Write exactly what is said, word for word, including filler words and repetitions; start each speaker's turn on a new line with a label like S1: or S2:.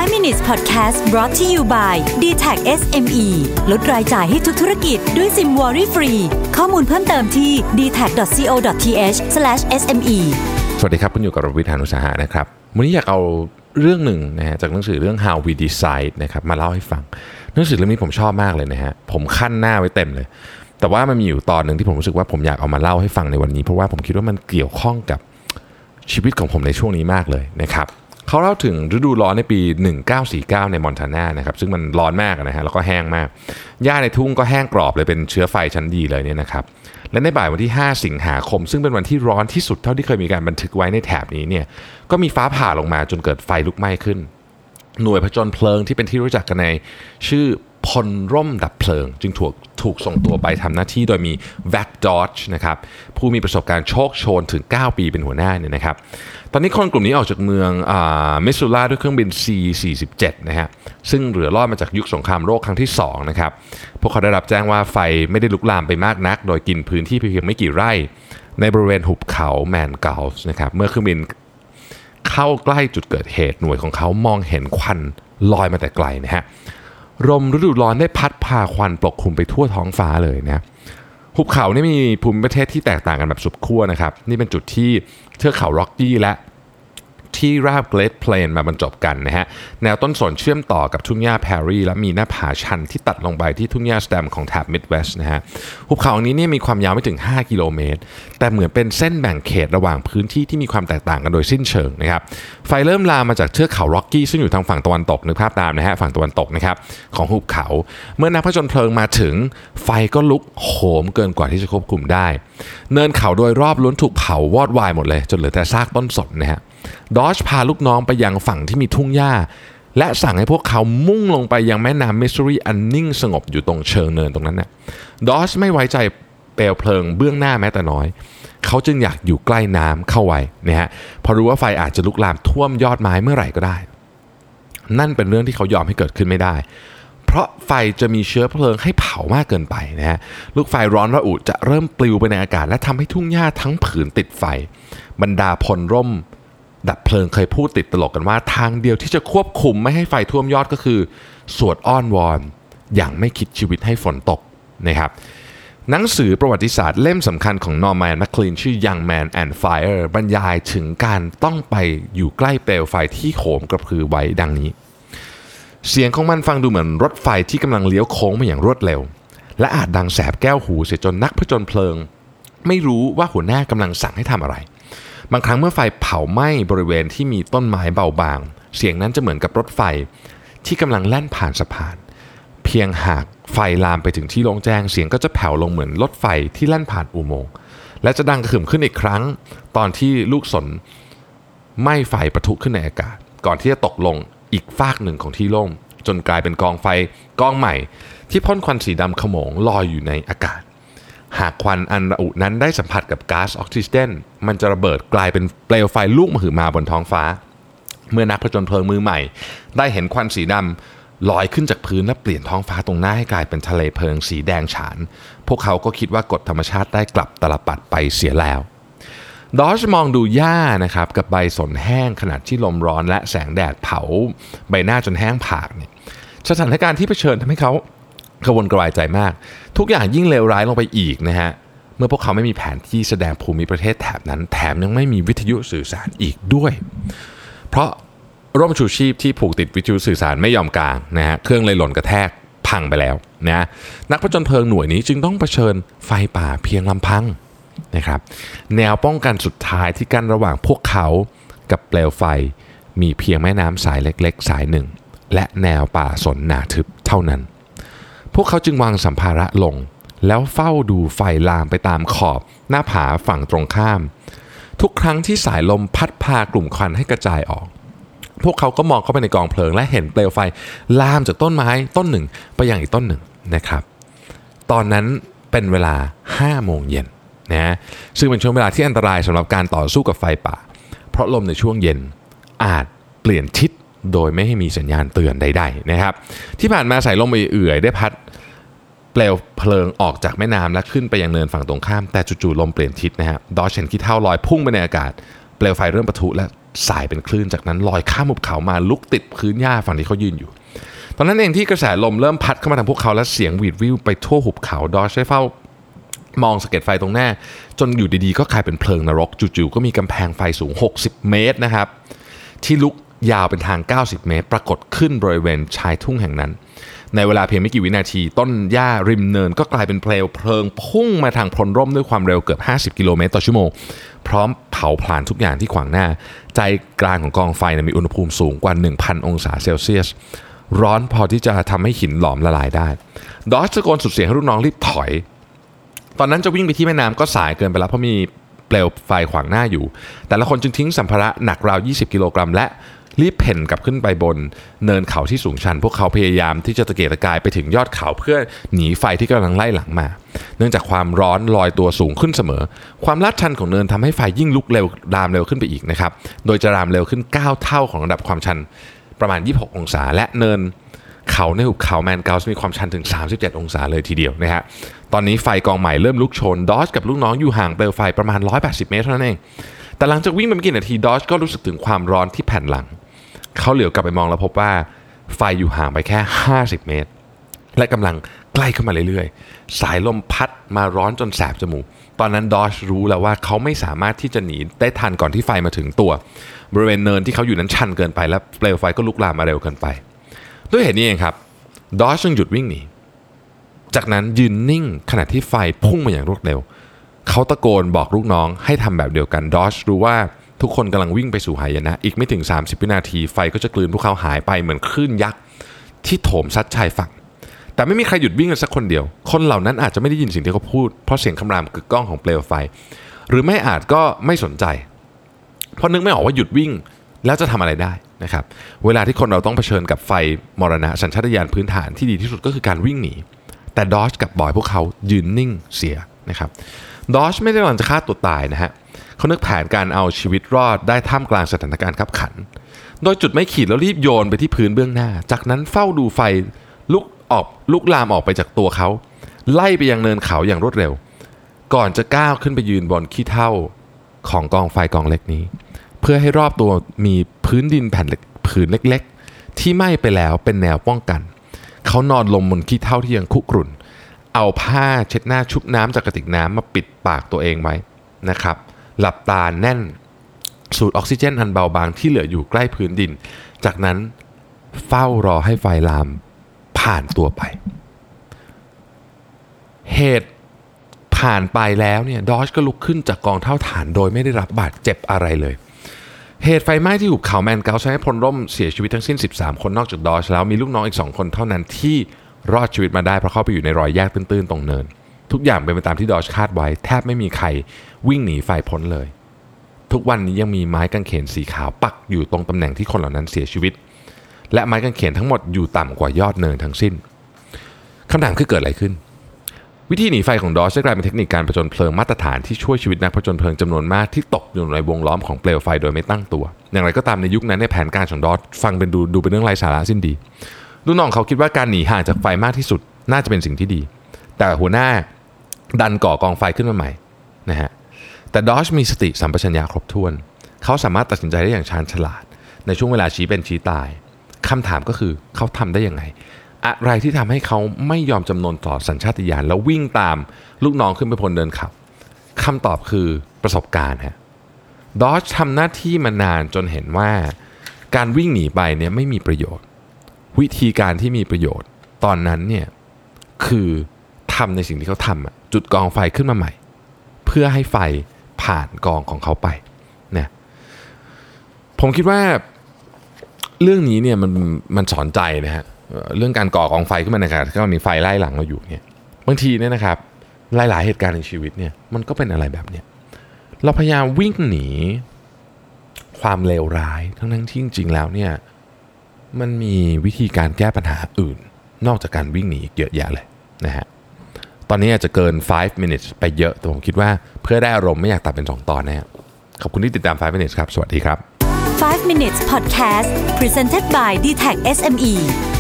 S1: ไฟว์ minutes podcast brought to you by ดี แท็ก เอส เอ็ม อี ลดรายจ่ายให้ทุกธุรกิจด้วยซิมวอรี่ฟรีข้อมูลเพิ่มเติมที่ ดี แท็ก ดอท ซี โอ ดอท ที เอช สแลช เอส เอ็ม อี
S2: สวัสดีครับคุณอยู่กับรวิทย์ หาญอุตสาหะนะครับวันนี้อยากเอาเรื่องหนึ่งนะฮะจากหนังสือเรื่อง How We Decide นะครับมาเล่าให้ฟังหนังสือเล่มนี้ผมชอบมากเลยนะฮะผมคั่นหน้าไว้เต็มเลยแต่ว่ามันมีอยู่ตอนหนึ่งที่ผมรู้สึกว่าผมอยากเอามาเล่าให้ฟังในวันนี้เพราะว่าผมคิดว่ามันเกี่ยวข้องกับชีวิตของผมในช่วงนี้มากเลยนะครับเขาเล่าถึงฤดูร้อนในปีหนึ่งเก้าสี่เก้าในมอนทานานะครับซึ่งมันร้อนมากนะฮะแล้วก็แห้งมากหญ้าในทุ่งก็แห้งกรอบเลยเป็นเชื้อไฟชั้นดีเลยเนี่ยนะครับและในบ่ายวันที่ห้าสิงหาคมซึ่งเป็นวันที่ร้อนที่สุดเท่าที่เคยมีการบันทึกไว้ในแถบนี้เนี่ยก็มีฟ้าผ่าลงมาจนเกิดไฟลุกไหม้ขึ้นหน่วยผจญเพลิงที่เป็นที่รู้จักกันในชื่อพลร่มดับเพลิงจึงถูกถูกส่งตัวไปทำหน้าที่โดยมีแว็กดอดจ์นะครับผู้มีประสบการณ์โชคโชนถึงเก้าปีเป็นหัวหน้าเนี่ยนะครับตอนนี้คนกลุ่มนี้ออกจากเมืองมิสซูราด้วยเครื่องบิน ซี สี่สิบเจ็ด นะฮะซึ่งเหลือรอดมาจากยุคสงครามโลกครั้งที่สองนะครับพวกเขาได้รับแจ้งว่าไฟไม่ได้ลุกลามไปมากนักโดยกินพื้นที่เพียงไม่กี่ไร่ในบริเวณหุบเขาแมนกัลส์นะครับเมื่อเครื่องบินเข้าใกล้จุดเกิดเหตุหน่วยของเขามองเห็นควันลอยมาแต่ไกลนะฮะลมฤดูร้อนได้พัดพาควันปกคลุมไปทั่วท้องฟ้าเลยนะหุบเขานี่มีภูมิประเทศที่แตกต่างกันแบบสุดขั้วนะครับนี่เป็นจุดที่เทือกเขาร็อกกี้และที่ราบเกรทเพลนมาบรรจบกันนะฮะแนวต้นสนเชื่อมต่อกับทุ่งหญ้าแพรรี่และมีหน้าผาชันที่ตัดลงไปที่ทุ่งหญ้าสแตมของแถบมิดเวสต์นะฮะหุบเขานี้เนี่ยมีความยาวไม่ถึงห้ากิโลเมตรแต่เหมือนเป็นเส้นแบ่งเขตระหว่างพื้นที่ที่มีความแตกต่างกันโดยสิ้นเชิงนะครับไฟเริ่มลามมาจากเทือกเขาร็อกกี้ซึ่งอยู่ทางฝั่งตะวันตกนึกภาพตามนะฮะฝั่งตะวันตกนะครับของหุบเขาเมื่อนักผจญเพลิงมาถึงไฟก็ลุกโหมเกินกว่าที่จะควบคุมได้เนินเขาโดยรอบล้วนถูกเผาวอดวายหมดเลยจนเหลือแต่ซากต้นสนนะฮะดอชพาลูกน้องไปยังฝั่งที่มีทุ่งหญ้าและสั่งให้พวกเขามุ่งลงไปยังแม่น้ำมิสซูรีอันนิ่งสงบอยู่ตรงเชิงเนินตรงนั้นน่ะดอชไม่ไว้ใจเปลวเพลิงเบื้องหน้าแม้แต่น้อยเขาจึงอยากอยู่ใกล้น้ำเข้าไว้นะฮะพอรู้ว่าไฟอาจจะลุกลามท่วมยอดไม้เมื่อไหร่ก็ได้นั่นเป็นเรื่องที่เขายอมให้เกิดขึ้นไม่ได้เพราะไฟจะมีเชื้อเพลิงให้เผามากเกินไปนะฮะลูกไฟร้อนระอุจะเริ่มปลิวไปในอากาศและทำให้ทุ่งหญ้าทั้งผืนติดไฟบรรดาพลร่มดับเพลิงเคยพูดติดตลกกันว่าทางเดียวที่จะควบคุมไม่ให้ไฟท่วมยอดก็คือสวดอ้อนวอนอย่างไม่คิดชีวิตให้ฝนตกนะครับหนังสือประวัติศาสตร์เล่มสำคัญของนอร์แมน แมคคลีนชื่อ Young Man and Fire บรรยายถึงการต้องไปอยู่ใกล้เปลวไฟที่โหมกระพือไว้ดังนี้เสียงของมันฟังดูเหมือนรถไฟที่กำลังเลี้ยวโค้งมาอย่างรวดเร็วและอาจดังแสบแก้วหูเสียจนนักผจญเพลิงไม่รู้ว่าหัวหน้ากำลังสั่งให้ทำอะไรบางครั้งเมื่อไฟเผาไหม้บริเวณที่มีต้นไม้เบาบางเสียงนั้นจะเหมือนกับรถไฟที่กำลังแล่นผ่านสะพานเพียงหากไฟลามไปถึงที่โล่งแจ้งเสียงก็จะแผ่วลงเหมือนรถไฟที่แล่นผ่านอุโมงค์และจะดังกระหึ่มขึ้นอีกครั้งตอนที่ลูกศรไหม้ไฟปะทุขึ้นในอากาศก่อนที่จะตกลงอีกฟากหนึ่งของที่โล่งจนกลายเป็นกองไฟกองใหม่ที่พ่นควันสีดำขโมงลอยอยู่ในอากาศหากควันอันระอุนั้นได้สัมผัสกับก๊าซออกซิเจนมันจะระเบิดกลายเป็นเปลวไฟลุกมหึมาบนท้องฟ้าเมื่อนักผจญเพลิงมือใหม่ได้เห็นควันสีดำลอยขึ้นจากพื้นและเปลี่ยนท้องฟ้าตรงหน้าให้กลายเป็นทะเลเพลิงสีแดงฉานพวกเขาก็คิดว่ากฎธรรมชาติได้กลับตลปัดไปเสียแล้วดอชมองดูหญ้านะครับกับใบสนแห้งขณะที่ลมร้อนและแสงแดดเผาใบหน้าจนแห้งผากเนี่ยสถานการณ์ที่เผชิญทำให้เขากระวนกระวายใจมากทุกอย่างยิ่งเลวร้ายลงไปอีกนะฮะเมื่อพวกเขาไม่มีแผนที่แสดงภูมิประเทศแถบนั้นแถมยังไม่มีวิทยุสื่อสารอีกด้วยเพราะร่มชูชีพที่ผูกติดวิทยุสื่อสารไม่ยอมกางนะฮะเครื่องเลยหล่นกระแทกพังไปแล้วนะนักผจญเพลิงหน่วยนี้จึงต้องเผชิญไฟป่าเพียงลำพังนะครับแนวป้องกันสุดท้ายที่กั้นระหว่างพวกเขากับเปลวไฟมีเพียงแม่น้ำสายเล็กๆสายหนึ่งและแนวป่าสนหนาทึบเท่านั้นพวกเขาจึงวางสัมภาระลงแล้วเฝ้าดูไฟลามไปตามขอบหน้าผาฝั่งตรงข้ามทุกครั้งที่สายลมพัดพากลุ่มควันให้กระจายออกพวกเขาก็มองเข้าไปในกองเพลิงและเห็นเปลวไฟลามจากต้นไม้ต้นหนึ่งไปยังอีกต้นหนึ่งนะครับตอนนั้นเป็นเวลาห้าโมงเย็นนะซึ่งเป็นช่วงเวลาที่อันตรายสำหรับการต่อสู้กับไฟป่าเพราะลมในช่วงเย็นอาจเปลี่ยนทิศโดยไม่ให้มีสัญญาณเตือนใดๆนะครับที่ผ่านมาสายลมเอื่อยๆได้พัดเปลวเพลิงออกจากแม่น้ำและขึ้นไปยังเนินฝั่งตรงข้ามแต่จู่ๆลมเปลี่ยนทิศนะฮะดอชเห็นขี้เถ้าลอยพุ่งไปในอากาศเปลวไฟเริ่มปะทุและสายเป็นคลื่นจากนั้นลอยข้ามหุบเขามาลุกติดพื้นหญ้าฝั่งที่เขายืนอยู่ตอนนั้นเองที่กระแสลมเริ่มพัดเข้ามาทางพวกเขาและเสียงหวีดวิวไปทั่วหุบเขาดอชได้เฝ้ามองสะเก็ดไฟตรงหน้าจนอยู่ดีๆก็กลายเป็นเพลิงนรกจู่ๆก็มีกำแพงไฟสูงหกสิบเมตรนะครับที่ลุกยาวเป็นทางเก้าสิบเมตรปรากฏขึ้นบริเวณชายทุ่งแห่งนั้นในเวลาเพียงไม่กี่วินาทีต้นหญ้าริมเนินก็กลายเป็นเปลวเพลิงพุ่งมาทางพลร่มด้วยความเร็วเกือบห้าสิบกิโลเมตรต่อชั่วโมงพร้อมเผาผลาญทุกอย่างที่ขวางหน้าใจกลางของกองไฟมีอุณหภูมิสูงกว่า หนึ่งพัน องศาเซลเซียสร้อนพอที่จะทำให้หินหลอมละลายได้ดอชตะโกนสุดเสียงให้ลูกน้องรีบถอยตอนนั้นจะวิ่งไปที่แม่น้ำก็สายเกินไปแล้วเพราะมีเปลวไฟขวางหน้าอยู่แต่ละคนจึงทิ้งสัมภาระหนักราวยี่สิบกิโลกรัมและรีบเพ่นกลับขึ้นไปบนเนินเขาที่สูงชันพวกเขาพยายามที่จะตะเกียกตะกายไปถึงยอดเขาเพื่อหนีไฟที่กำลังไล่หลังมาเนื่องจากความร้อนลอยตัวสูงขึ้นเสมอความลาดชันของเนินทำให้ไฟยิ่งลุกเร็วลามเร็วขึ้นไปอีกนะครับโดยจะลามเร็วขึ้นเก้าเท่าของระดับความชันประมาณยี่สิบหกองศาและเนินเขาในหุบเขาแมนเกาส์มีความชันถึงสามสิบเจ็ดองศาเลยทีเดียวนะฮะตอนนี้ไฟกองใหม่เริ่มลุกโชนดอชกับลูกน้องอยู่ห่างเปลวไฟประมาณหนึ่งร้อยแปดสิบเมตรเท่านั้นเองแต่หลังจากวิ่งไปไม่กี่นาทีดอชก็รู้สึกถึงความร้อนที่แผ่นหลังเขาเหลียวกลับไปมองแล้วพบว่าไฟอยู่ห่างไปแค่ห้าสิบเมตรและกำลังใกล้เข้ามาเรื่อยๆสายลมพัดมาร้อนจนแสบจมูกตอนนั้นดอชรู้แล้วว่าเขาไม่สามารถที่จะหนีได้ทันก่อนที่ไฟมาถึงตัวบริเวณเนินที่เขาอยู่นั้นชันเกินไปและเปลวไฟก็ลุกลามมาเร็วเกินไปด้วยเหตุนี้เองครับดอชจึงหยุดวิ่งหนีจากนั้นยืนนิ่งขณะที่ไฟพุ่งมาอย่างรวดเร็วเขาตะโกนบอกลูกน้องให้ทำแบบเดียวกันดอชรู้ว่าทุกคนกำลังวิ่งไปสู่หายนะอีกไม่ถึงสามสิบวินาทีไฟก็จะกลืนพวกเขาหายไปเหมือนคลื่นยักษ์ที่โถมซัดชายฝั่งแต่ไม่มีใครหยุดวิ่งกันสักคนเดียวคนเหล่านั้นอาจจะไม่ได้ยินสิ่งที่เขาพูดเพราะเสียงคำรามกึกก้องของเปลวไฟหรือไม่อาจก็ไม่สนใจเพราะนึกไม่ออกว่าหยุดวิ่งแล้วจะทำอะไรได้นะครับเวลาที่คนเราต้องเผชิญกับไฟมรณะสัญชาตญาณพื้นฐานที่ดีที่สุดก็คือการวิ่งหนีแต่ดอชกับบอยพวกเขายืนนิ่งเสียนะครับดอชไม่ได้หวังจะฆ่าตัวตายนะฮะเขานึกแผนการเอาชีวิตรอดได้ท่ามกลางสถานการณ์ขับขันโดยจุดไม้ขีดแล้วรีบโยนไปที่พื้นเบื้องหน้าจากนั้นเฝ้าดูไฟลุกออกลุกลามออกไปจากตัวเขาไล่ไปยังเนินเขาอย่างรวดเร็วก่อนจะก้าวขึ้นไปยืนบนขี้เถ้าของกองไฟกองเล็กนี้เพื่อให้รอบตัวมีพื้นดินแผ่นผืนเล็กๆที่ไหม้ไปแล้วเป็นแนวป้องกันเขานอนลงบนขี้เถ้าที่ยังคุกรุ่นเอาผ้าเช็ดหน้าชุบน้ำจากกระติกน้ำมาปิดปากตัวเองไว้นะครับหลับตาแน่นสูดออกซิเจนอันเบาบางที่เหลืออยู่ใกล้พื้นดินจากนั้นเฝ้ารอให้ไฟลามผ่านตัวไปเหตุผ่านไปแล้วเนี่ยดอชก็ลุกขึ้นจากกองเท่าฐานโดยไม่ได้รับบาดเจ็บอะไรเลยเหตุไฟไหม้ที่หุบเขาแมนเกาส์ใช้ให้พลร่มเสียชีวิตทั้งสิ้นสิบสามคนนอกจากดอชแล้วมีลูกน้องอีกสองคนเท่านั้นที่รอดชีวิตมาได้เพราะเข้าไปอยู่ในรอยแยกตื้นๆตรงเนินทุกอย่างเป็นไปตามที่ดอชคาดไว้แทบไม่มีใครวิ่งหนีไฟพ้นเลยทุกวันนี้ยังมีไม้กางเขนสีขาวปักอยู่ตรงตำแหน่งที่คนเหล่านั้นเสียชีวิตและไม้กางเขนทั้งหมดอยู่ต่ำกว่ายอดเนินทั้งสิ้นคำถามคือเกิดอะไรขึ้นวิธีหนีไฟของดอชได้กลายเป็นเทคนิคการผจญเพลิงมาตรฐานที่ช่วยชีวิตนักผจญเพลิงจำนวนมากที่ตกอยู่ในวงล้อมของเปลวไฟโดยไม่ตั้งตัวอย่างไรก็ตามในยุคนั้นในแผนการของดอชฟังเป็นดูดูเป็นเรื่องไร้สาระสิ้นดีลูกน้องเขาคิดว่าการหนีห่างจากไฟมากที่สุดน่าจะเป็นสิ่งที่ดีแต่หัวหน้าดันก่อกองไฟขึ้นมาใหม่นะฮะแต่ดอชมีสติสัมปชัญญะครบถ้วนเขาสามารถตัดสินใจได้อย่างชาญฉลาดในช่วงเวลาชี้เป็นชี้ตายคำถามก็คือเขาทำได้ยังไงอะไรที่ทำให้เขาไม่ยอมจำนนต่อสัญชาตญาณแล้ววิ่งตามลูกน้องขึ้นไปบนเนินเขาคำตอบคือประสบการณ์ฮะดอชทำหน้าที่มานานจนเห็นว่าการวิ่งหนีไปเนี่ยไม่มีประโยชน์วิธีการที่มีประโยชน์ตอนนั้นเนี่ยคือทำในสิ่งที่เขาทำจุดกองไฟขึ้นมาใหม่เพื่อให้ไฟผ่านกองของเขาไปเนี่ยผมคิดว่าเรื่องนี้เนี่ยมันมันสอนใจนะฮะเรื่องการก่อกองไฟขึ้นมาในขณะที่เรามีไฟไล่หลังเราอยู่เนี่ยบางทีเนี่ยนะครับหลายๆเหตุการณ์ในชีวิตเนี่ยมันก็เป็นอะไรแบบเนี้ยเราพยายามวิ่งหนีความเลวร้ายทั้งนั้นที่จริงๆแล้วเนี่ยมันมีวิธีการแก้ปัญหาอื่นนอกจากการวิ่งหนีเยอะแยะเลยนะฮะตอนนี้อาจจะเกินห้า minutes ไปเยอะแต่ผมคิดว่าเพื่อได้อารมณ์ไม่อยากตัดเป็นสองตอนนะฮะขอบคุณที่ติดตามห้า minutes ครับสวัสดีครับ
S1: ไฟว์ minutes podcast presented by ดี แท็ก เอส เอ็ม อี